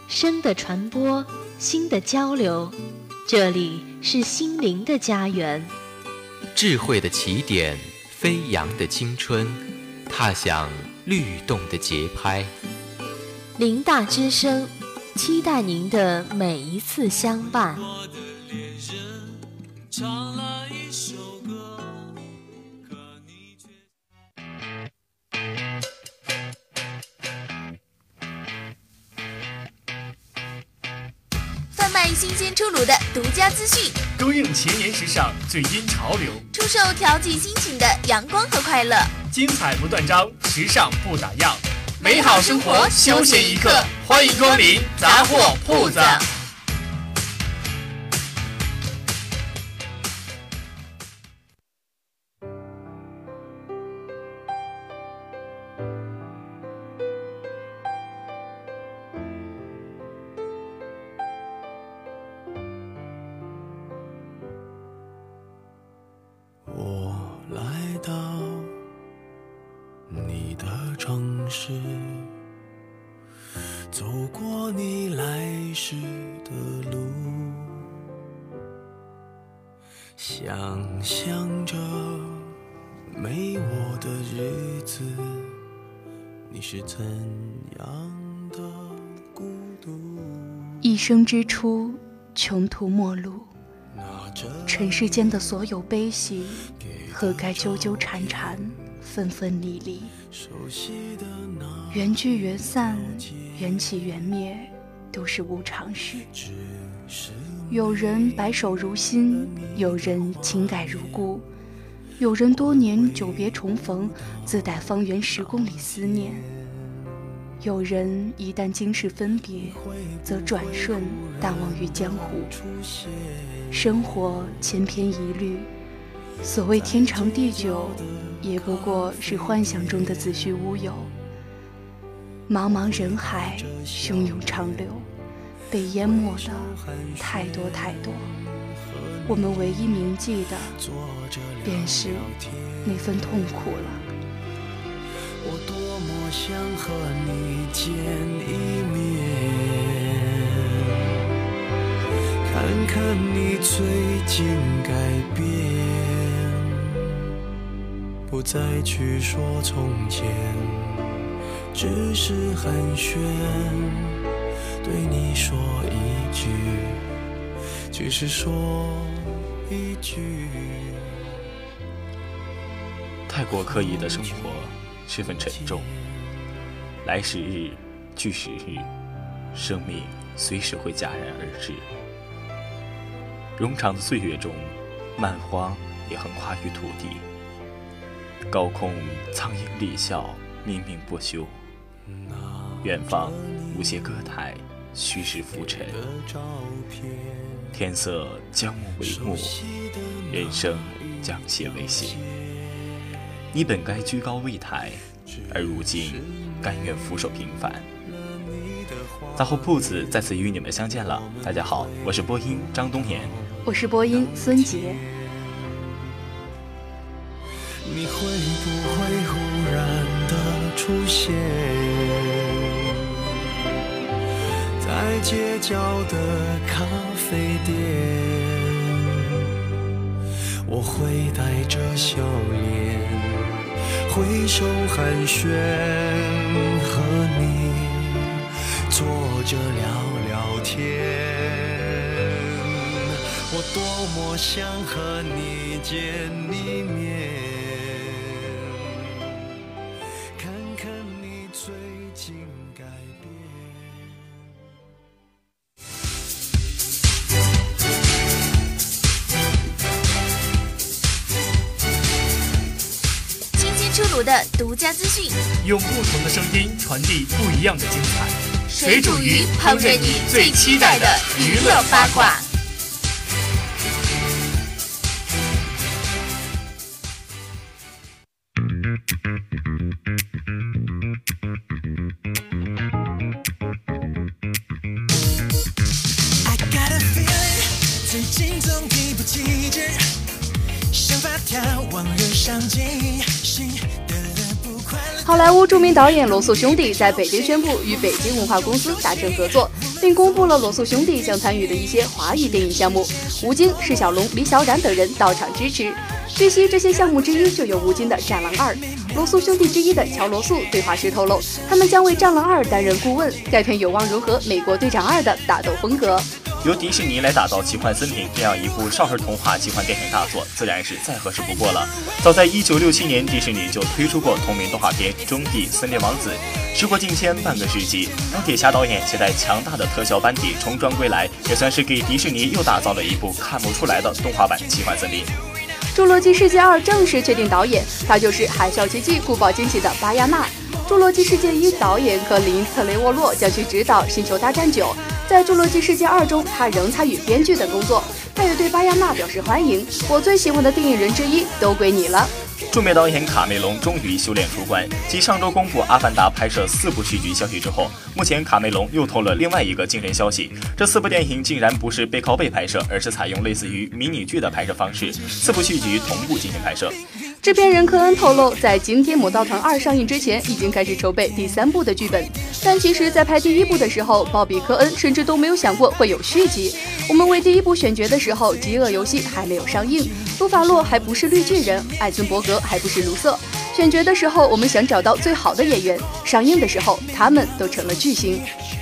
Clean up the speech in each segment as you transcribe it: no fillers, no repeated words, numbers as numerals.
声的传播，心的交流，这里是心灵的家园。 智慧的起点，飞扬的青春，踏响律动的节拍。 林大之声，期待您的每一次相伴。 贩卖新鲜出炉的独家资讯， 供应前沿时尚最新潮流， 出售调剂心情的阳光和快乐， 精彩不断章，时尚不打烊，美好生活休闲一刻，欢迎光临杂货铺子。 我来到你的城市，走过你来时的路，想象着没我的日子，你是怎样的孤独。 一生之初，穷途末路，尘世间的所有悲喜，何该纠纠缠缠，分分离离？缘聚缘散，缘起缘灭，都是无常事。有人白首如新，有人情改如故，有人多年久别重逢，自带方圆10公里思念。有人一旦今世分别，则转瞬淡忘于江湖。生活千篇一律，所谓天长地久，也不过是幻想中的子虚乌有。茫茫人海，汹涌长流，被淹没的太多太多。我们唯一铭记的，便是那份痛苦了。 我多么想和你见一面，看看你最近改变，不再去说从前，只是寒暄，对你说一句，只是说一句。 太过刻意的生活十分沉重，来时日，去时日，生命随时会戛然而止。庸常的岁月中，蛮荒也横跨于土地，高空苍鹰猎啸，冥冥不休。远方无些歌台，虚实浮沉，天色将暮为暮，人生将斜为斜。你本该居高位台，而如今甘愿俯首平凡。杂货铺子再次与你们相见了，大家好，我是播音张东岩， 我是播音孙杰。 你会不会忽然的出现在街角的咖啡店？我会带着笑脸挥手寒暄，和你坐着聊聊天。我多么想和你见一面，看看你最近改变。 出炉的独家资讯， 用不同的声音传递不一样的精彩。 水煮鱼烹饪你最期待的娱乐八卦。最近总提不起劲，想法跳往日上进，心得了好莱坞著名导演罗素兄弟在北京宣布与北京文化公司达成合作， 并公布了罗素兄弟将参与的一些华语电影项目。吴京、释小龙、李小冉等人到场支持。据悉，这些项目之一就有吴京的《战狼2》。罗素兄弟之一的乔罗素对话时透露，他们将为《战狼2》担任顾问，该片有望融合美国队长2的打斗风格。 由迪士尼来打造奇幻森林这样一部少儿童话奇幻电影大作，自然是再合适不过了。早在1967年，迪士尼就推出过同名动画片《中地森林王子》。时过境迁半个世纪，钢铁侠导演携带强大的特效班底重装归来，也算是给迪士尼又打造了一部看不出来的动画版奇幻森林。 《侏罗纪世界2》正式确定导演，他就是《海啸奇迹》古堡惊奇的巴亚纳。《侏罗纪世界1》导演格林特雷沃洛将去执导《星球大战9》。在《侏罗纪世界2》中，他仍参与编剧等工作。他也对巴亚纳表示欢迎，我最喜欢的电影人之一都归你了。 著名导演卡梅隆终于修炼出关，继上周公布《阿凡达》拍摄4部续集消息之后，目前卡梅隆又透了另外一个惊人消息，这4部电影竟然不是背靠背拍摄，而是采用类似于迷你剧的拍摄方式，4部续集同步进行拍摄。 制片人科恩透露，在《惊天魔盗团2》上映之前，已经开始筹备第3部的剧本。但其实，在拍第1部的时候，鲍比·科恩甚至都没有想过会有续集。我们为第1部选角的时候，《饥饿游戏》还没有上映，卢法洛还不是绿巨人，艾森伯格还不是卢瑟。选角的时候，我们想找到最好的演员；上映的时候，他们都成了巨星。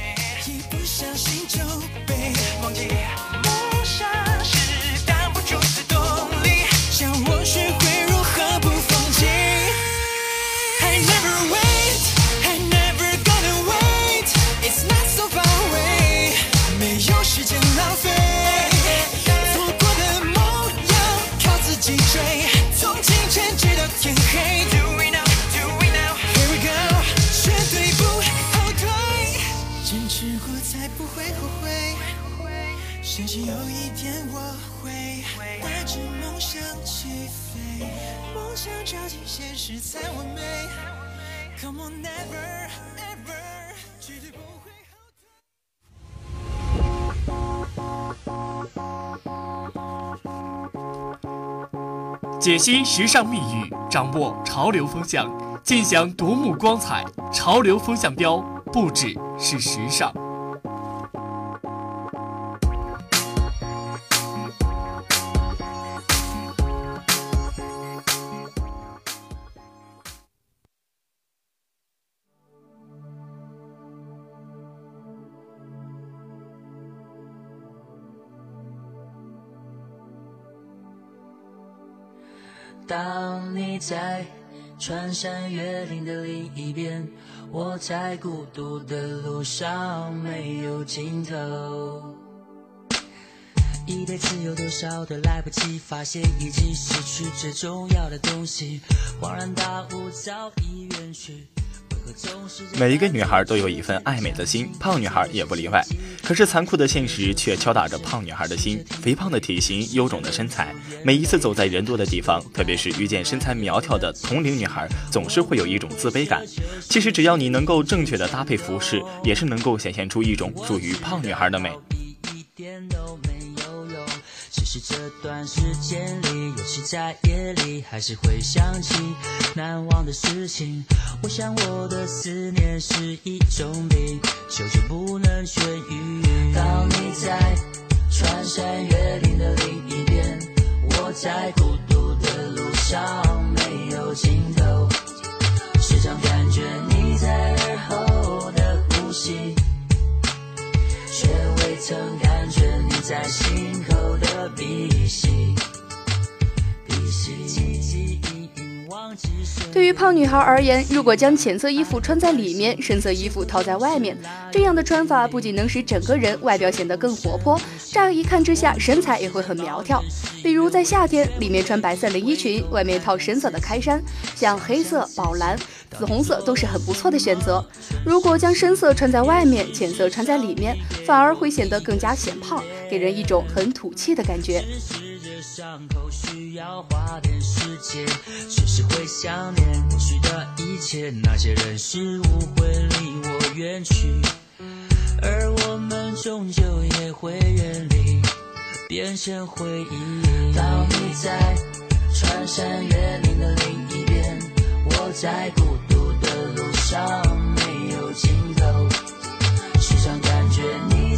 相信有一天我会带着梦想起飞，梦想照进现实才完美。Come on, never ever， 绝对不会后退。解析时尚密语，掌握潮流风向，尽享夺目光彩。潮流风向标不只是时尚。 当你在穿山越岭的另一边，我在孤独的路上没有尽头。一辈子有多少的来不及发现，已经失去最重要的东西，恍然大悟早已远去。 每一个女孩都有一份爱美的心，胖女孩也不例外。可是残酷的现实却敲打着胖女孩的心，肥胖的体型，臃肿的身材。每一次走在人多的地方，特别是遇见身材苗条的同龄女孩，总是会有一种自卑感。其实只要你能够正确的搭配服饰，也是能够显现出一种属于胖女孩的美。 只是这段时间里，尤其在夜里，还是会想起难忘的事情。我想我的思念是一种病，久久不能痊愈。当你在穿山越岭的另一边，我在孤独的路上没有尽头，时常感觉你在耳后的呼吸，却未曾感觉你在心口的鼻息。 对于胖女孩而言，如果将浅色衣服穿在里面，深色衣服套在外面，这样的穿法不仅能使整个人外表显得更活泼，乍一看之下身材也会很苗条。比如在夏天，里面穿白色连衣裙，外面套深色的开衫，像黑色、宝蓝、紫红色都是很不错的选择。如果将深色穿在外面，浅色穿在里面，反而会显得更加显胖，给人一种很土气的感觉。 伤口需要花点时间，随时会想念过去的一切，那些人事物会离我远去，而我们终究也会远离，变成回忆。当你在穿山越岭的另一边，我在孤独的路上没有尽头，时常感觉你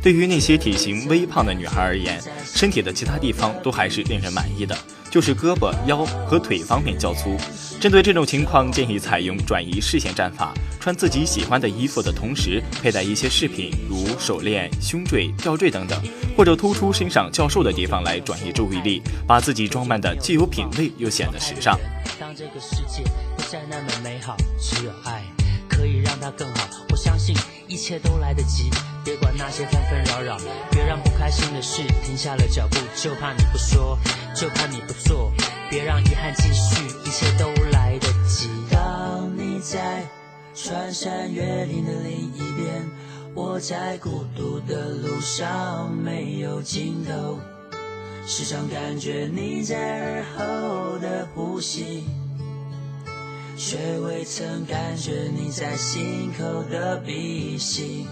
对于那些体型微胖的女孩而言，身体的其他地方都还是令人满意的，就是胳膊、腰和腿方面较粗。针对这种情况，建议采用转移视线战法，穿自己喜欢的衣服的同时，佩戴一些饰品，如手链、胸坠、吊坠等等，或者突出身上较瘦的地方来转移注意力，把自己装扮的既有品味又显得时尚。 当这个世界不再那么美好，只有爱可以让它更好。我相信一切都来得及，别管那些纷纷扰扰，别让不开心的事停下了脚步，就怕你不说，就怕你不做，别让遗憾继续，一切都来得及。当你在穿山越岭的另一边，我在孤独的路上没有尽头，时常感觉你在耳后的呼吸，却未曾感觉你在心口的鼻息。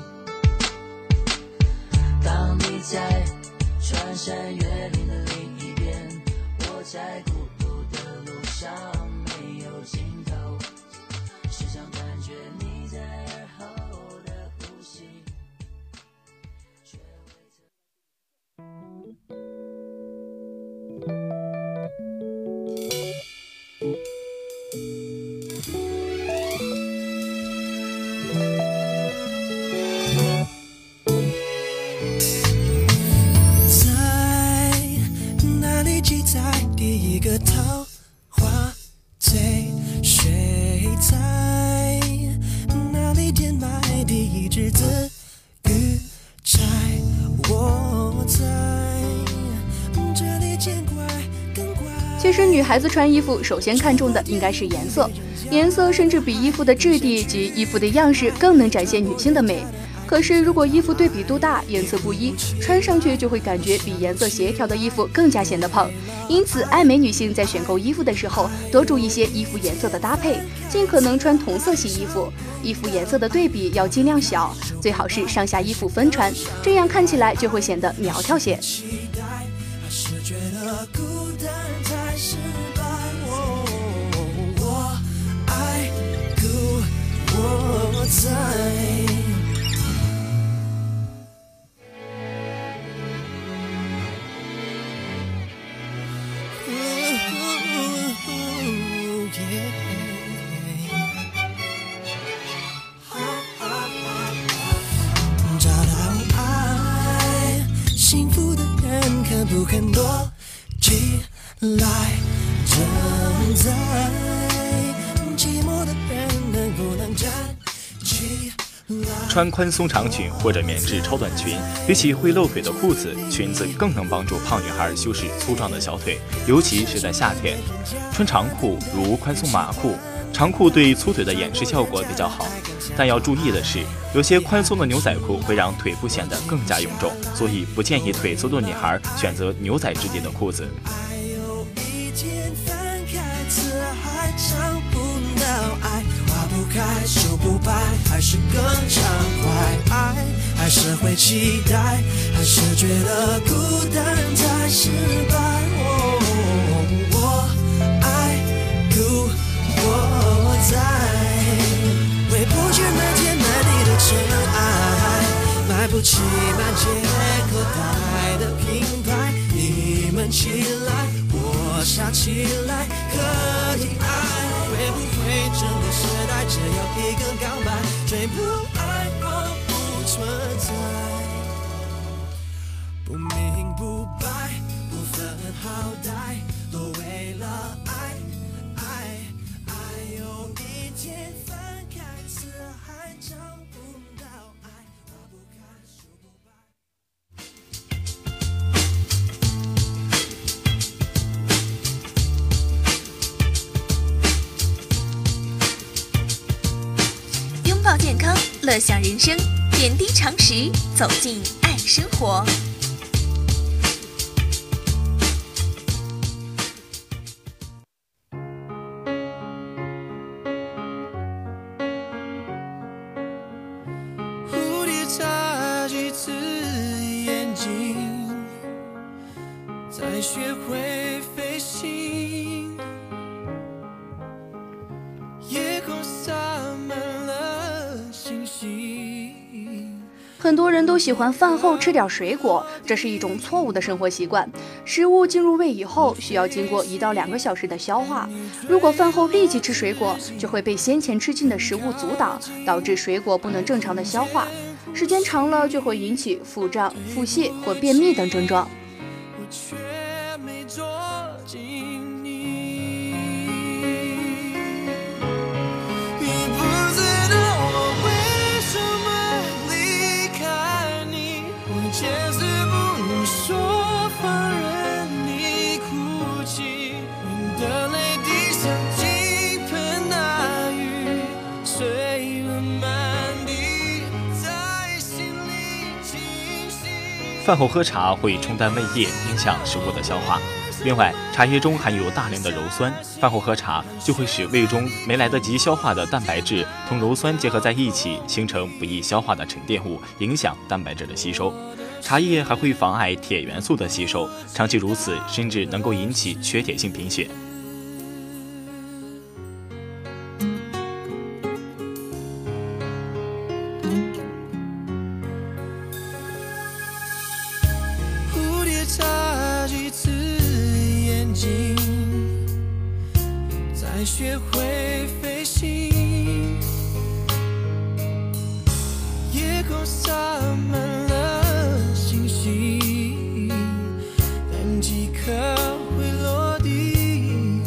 当你在穿山越岭的另一边，我在孤独的路上没有尽头，时常感觉你在耳后的呼吸，却未曾。 桃花醉，谁在哪里填埋第一只子玉钗？我在这里见怪更怪。 其实女孩子穿衣服首先看重的应该是颜色，颜色甚至比衣服的质地及衣服的样式更能展现女性的美。可是如果衣服对比度大，颜色不一，穿上去就会感觉比颜色协调的衣服更加显得胖。因此爱美女性在选购衣服的时候多注意一些衣服颜色的搭配，尽可能穿同色系衣服，衣服颜色的对比要尽量小，最好是上下衣服分穿，这样看起来就会显得苗条些。 找到爱，幸福的人肯不肯躲起来？正在寂寞的人能不能站起来？ 穿宽松长裙或者棉质超短裙，比起会露腿的裤子，裙子更能帮助胖女孩修饰粗壮的小腿，尤其是在夏天。穿长裤如宽松马裤，长裤对粗腿的掩饰效果比较好，但要注意的是，有些宽松的牛仔裤会让腿部显得更加臃肿，所以不建议腿粗的女孩选择牛仔质地的裤子。 还有一天翻开词还唱不到爱，花不开树不白，还是更畅快。爱还是会期待，还是觉得孤单才失败。我爱故我在，回不去那天满地的尘埃，买不起满街口袋的品牌。你们起来，我傻起来，可以爱。会不会整个时代只有一个告白？谁不爱我不存在，不明不白，不分好歹，都为了爱。有一天翻开词还找不到爱，花不开树不白。拥抱健康，乐享人生，点滴常识，走进爱生活。 才学会飞行，夜空洒满了星星， 很多人都喜欢饭后吃点水果，这是一种错误的生活习惯。食物进入胃以后，需要经过1到2个小时的消化。如果饭后立即吃水果，就会被先前吃进的食物阻挡，导致水果不能正常的消化。时间长了，就会引起腹胀、腹泻或便秘等症状。 我却没捉紧你，你不知道我为什么离开你，我坚持不能说，放任你哭泣，你的泪滴像倾盆大雨，碎了满地，在心里清晰。 饭后喝茶会冲淡胃液，影响食物的消化。另外，茶叶中含有大量的鞣酸，饭后喝茶就会使胃中没来得及消化的蛋白质同鞣酸结合在一起，形成不易消化的沉淀物，影响蛋白质的吸收。茶叶还会妨碍铁元素的吸收，长期如此，甚至能够引起缺铁性贫血。 蝴蝶眨几次眼睛，才学会飞行。夜空洒满了星星，但几颗会落地。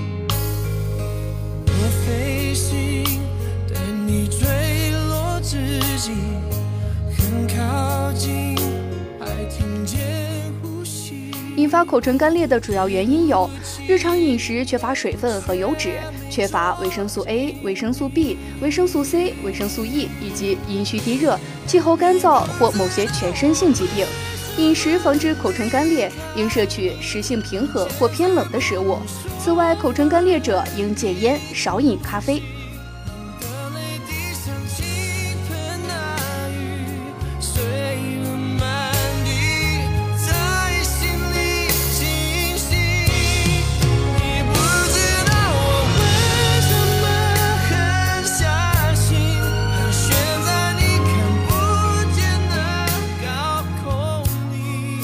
我飞行，等你坠落之际，很靠近，还听见呼吸。 引发口唇干裂的主要原因有：日常饮食缺乏水分和油脂，缺乏维生素 A、维生素 B、维生素 C、维生素 E， 以及阴虚低热、气候干燥或某些全身性疾病。饮食防止口唇干裂，应摄取食性平和或偏冷的食物。此外，口唇干裂者应戒烟，少饮咖啡。 的泪滴像倾盆大雨，碎了满地，在心里清晰。你不知道我为什么狠下心，盘旋在你看不见的高空里，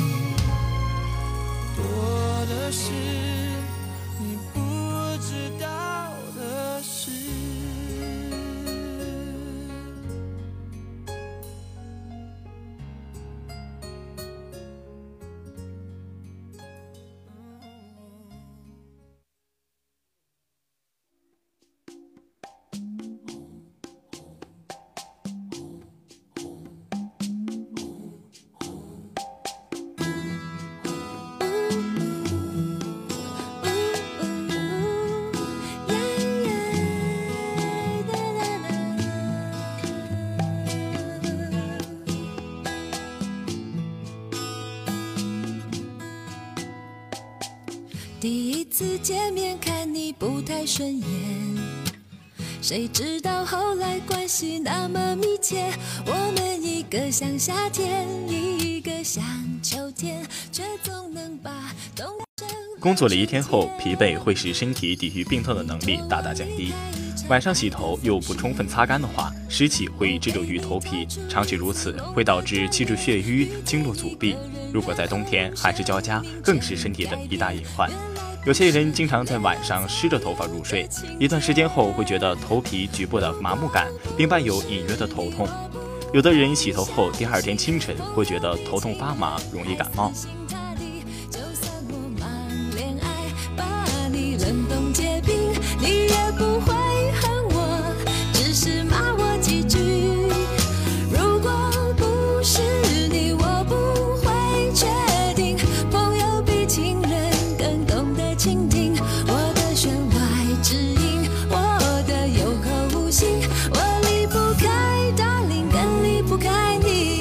多的是你不知道的事。 第一次见面看你不太顺眼，谁知道后来关系那么密切，我们一个像夏天，一个像秋天，却总能把冬生活。 工作了一天后，疲惫会使身体抵御病痛的能力大大降低。晚上洗头又不充分擦干的话，湿气会滞留于头皮，长期如此会导致气滞血瘀、经络阻闭。如果在冬天寒湿交加，更是身体的一大隐患。有些人经常在晚上湿着头发入睡，一段时间后会觉得头皮局部的麻木感，并伴有隐约的头痛。有的人洗头后第二天清晨会觉得头痛发麻，容易感冒。 就算我忙恋爱，把你冷冻结冰，你也不会恨我，只是骂我几句。如果不是你，我不会决定。朋友比情人更懂得倾听，我的弦外之音，我的有口无心，我离不开 darling， 更离不开你。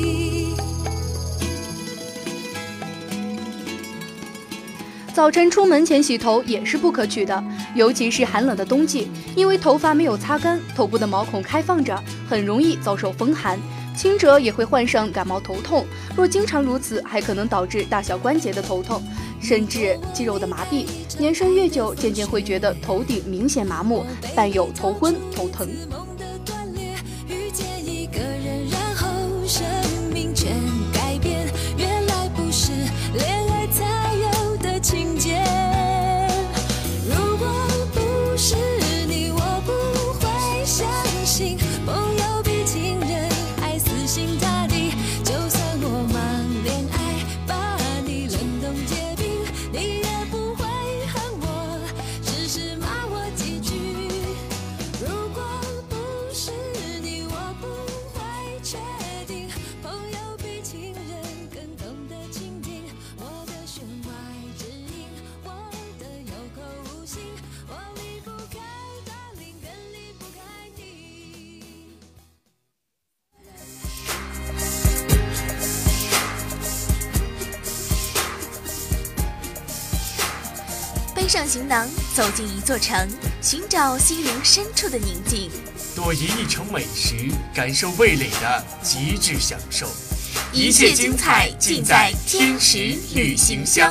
早晨出门前洗头也是不可取的，尤其是寒冷的冬季，因为头发没有擦干，头部的毛孔开放着，很容易遭受风寒。轻者也会患上感冒头痛，若经常如此，还可能导致大小关节的头痛，甚至肌肉的麻痹。年深越久，渐渐会觉得头顶明显麻木，伴有头昏、头疼。 梦的断裂，遇见一个人，然后背上行囊，走进一座城，寻找心灵深处的宁静。 多饮一城美食，感受味蕾的极致享受。一切精彩尽在天时旅行箱。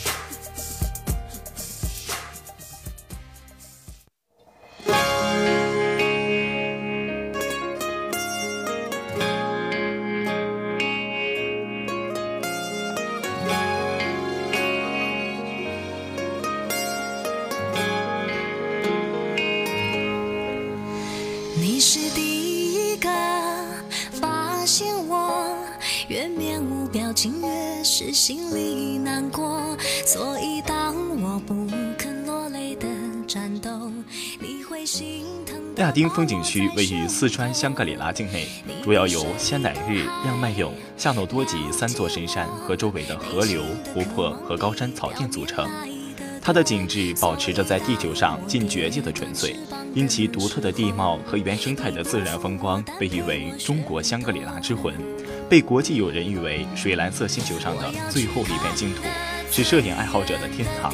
你是第一个发现我，越面无表情，越是心里难过。所以当我不肯落泪的战斗，你会心疼。 亚丁风景区位于四川香格里拉境内，主要由仙乃日、亮麦勇、夏诺多吉3座神山和周围的河流、湖泊和高山草甸组成。它的景致保持着在地球上近绝迹的纯粹，因其独特的地貌和原生态的自然风光，被誉为中国香格里拉之魂，被国际友人誉为水蓝色星球上的最后一片净土，是摄影爱好者的天堂。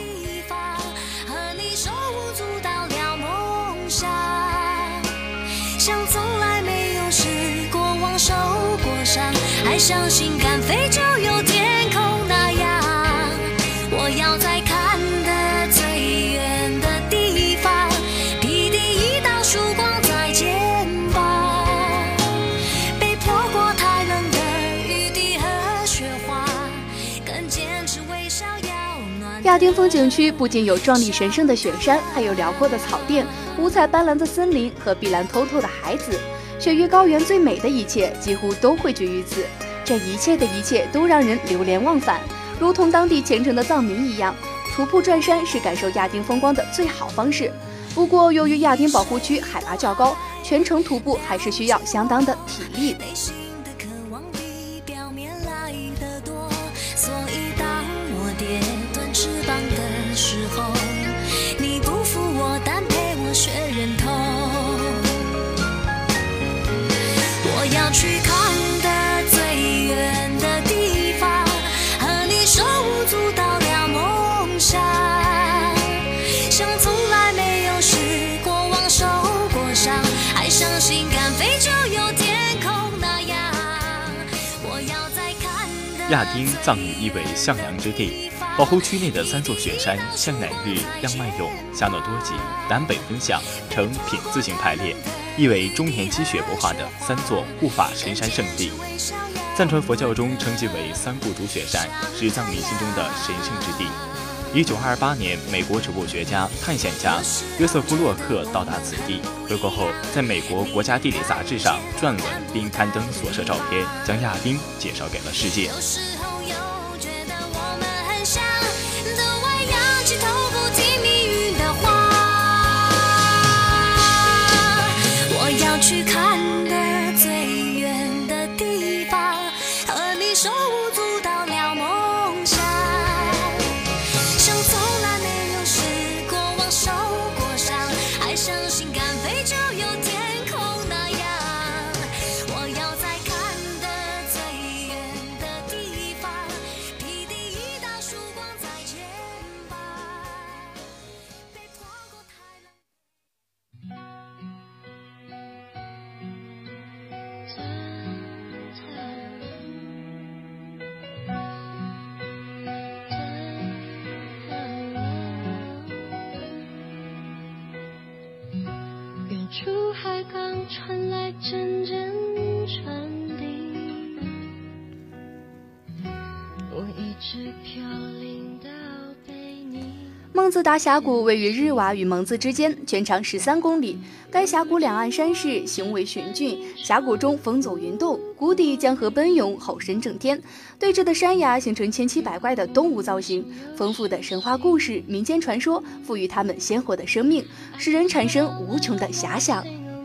像从来没有试过往受过伤，还相信敢飞就有天空那样。我要在看得最远的地方，披第一道曙光在肩膀，被泼过太冷的雨滴和雪花，更坚持微笑要暖。 亚丁风景区不仅有壮丽神圣的雪山，还有辽阔的草甸、五彩斑斓的森林和碧蓝透透的海子。雪域高原最美的一切几乎都汇聚于此，这一切的一切都让人流连忘返。如同当地虔诚的藏民一样，徒步转山是感受亚丁风光的最好方式。不过由于亚丁保护区海拔较高，全程徒步还是需要相当的体力。 内心的渴望比表面来得多，所以当我跌断翅膀的时候，你不负我，但陪我学忍痛。我要去看得最远的地方，和你手舞足蹈了梦想，像从来没有试过往受过伤，还相信敢飞就有天空那样。我要再看得亚丁藏语意为向阳之地，保护区内的3座雪山香乃日、亮麦勇、夏诺多吉南北分享，呈品字形排列，意为终年积雪不化的3座护法神山圣地。藏传佛教中称其为3顾主雪山，是藏民心中的神圣之地。1928年，美国植物学家、探险家约瑟夫·洛克到达此地，回国后在美国国家地理杂志上撰文并刊登所摄照片，将亚丁介绍给了世界。 有时候又觉得我们很像，都爱仰起头不听命运的话。我要去看得最远的地方，和你手舞足蹈了梦想，像从来没有试过往受过伤，还相信敢飞就有天空那样。我要在看得最远的地方，披第一道曙光在肩膀，被泼过太冷。 远处海港传来阵阵船笛，我一直飘零到北宁。 蒙自达峡谷位于日瓦与蒙自之间，全长13公里。该峡谷两岸山势雄伟雄峻，峡谷中风走云动，谷底江河奔涌，吼声震天。对峙的山崖形成千奇百怪的动物造型，丰富的神话故事、民间传说赋予它们鲜活的生命，使人产生无穷的遐想。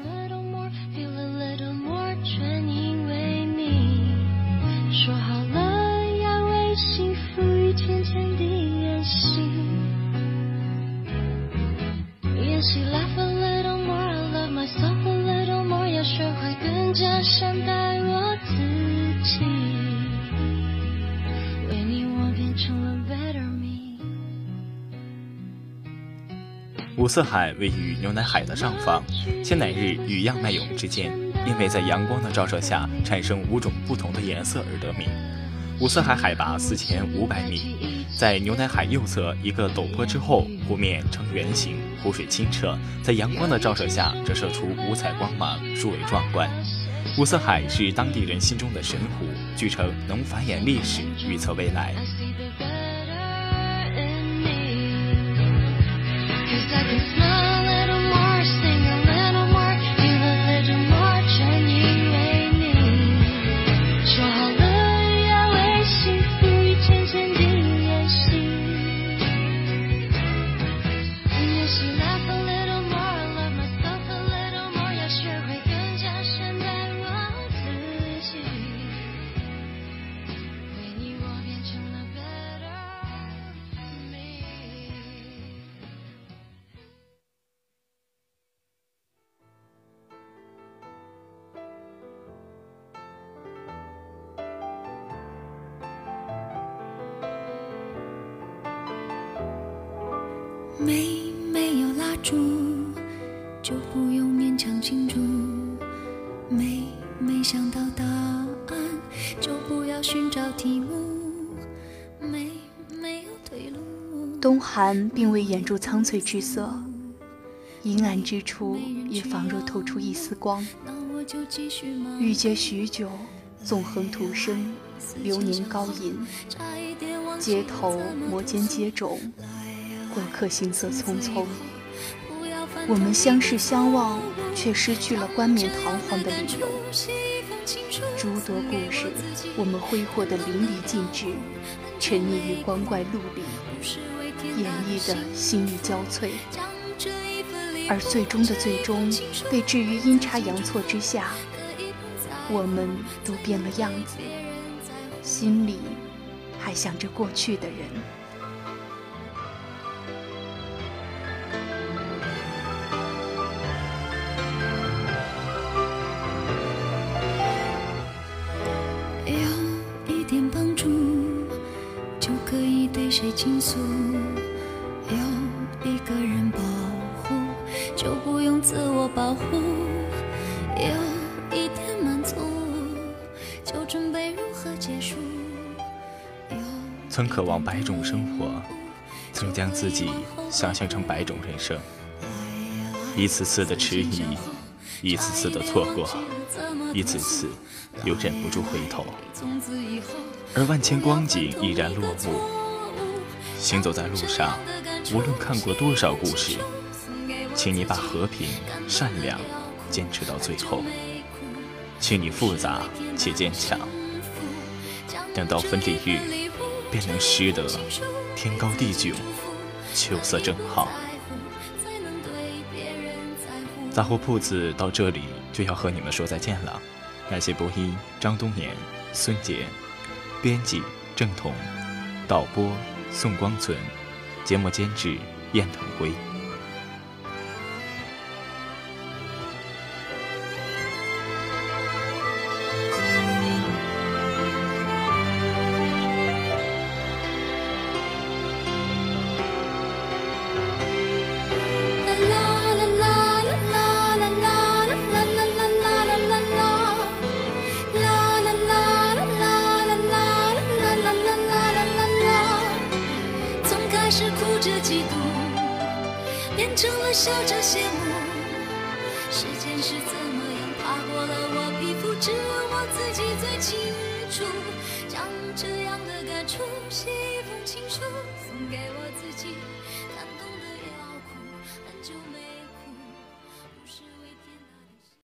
说好了要为幸福一天天地演戏，演戏 laugh a little more, I love myself a little more， 要学会更加善待我自己，为你我变成了 better me。 五色海位于牛奶海的上方，鲜奶日与样脉涌之间，因为在阳光的照射下产生5种不同的颜色而得名。五色海海拔4500米，在牛奶海右侧一个陡坡之后，湖面呈圆形，湖水清澈，在阳光的照射下折射出五彩光芒，殊为壮观。五色海是当地人心中的神湖，据称能繁衍历史，预测未来。 没有蜡烛，就不用勉强庆祝。没想到答案，就不要寻找题目。没有退路。 冬寒并未掩住苍翠之色，阴暗之处也仿若透出一丝光。郁结许久，纵横途生，流年高吟。街头摩肩接踵，过客行色匆匆。我们相视相望，却失去了冠冕堂皇的理由。诸多故事，我们挥霍得淋漓尽致，沉溺于光怪陆离，演绎得心力交瘁。而最终的最终，被置于阴差阳错之下，我们都变了样子，心里还想着过去的人。 有一点帮助，就可以对谁倾诉；有一个人保护，就不用自我保护；有一点满足，就准备如何结束。 曾渴望100种生活，曾将自己想象成100种人生，一次次的迟疑，一次次的错过，一次次又忍不住回头，而万千光景依然落幕。行走在路上，无论看过多少故事，请你把和平、善良坚持到最后，请你复杂且坚强，等到分离日，便能识得天高地迥，秋色正好。杂货铺子到这里就要和你们说再见了，感谢播音张冬年、孙杰，编辑郑彤，导播宋光存，节目监制燕腾辉。 是哭着嫉妒，变成了笑着羡慕。时间是怎么样爬过了我皮肤，只有我自己最清楚。将这样的感触写一封情书，送给我自己。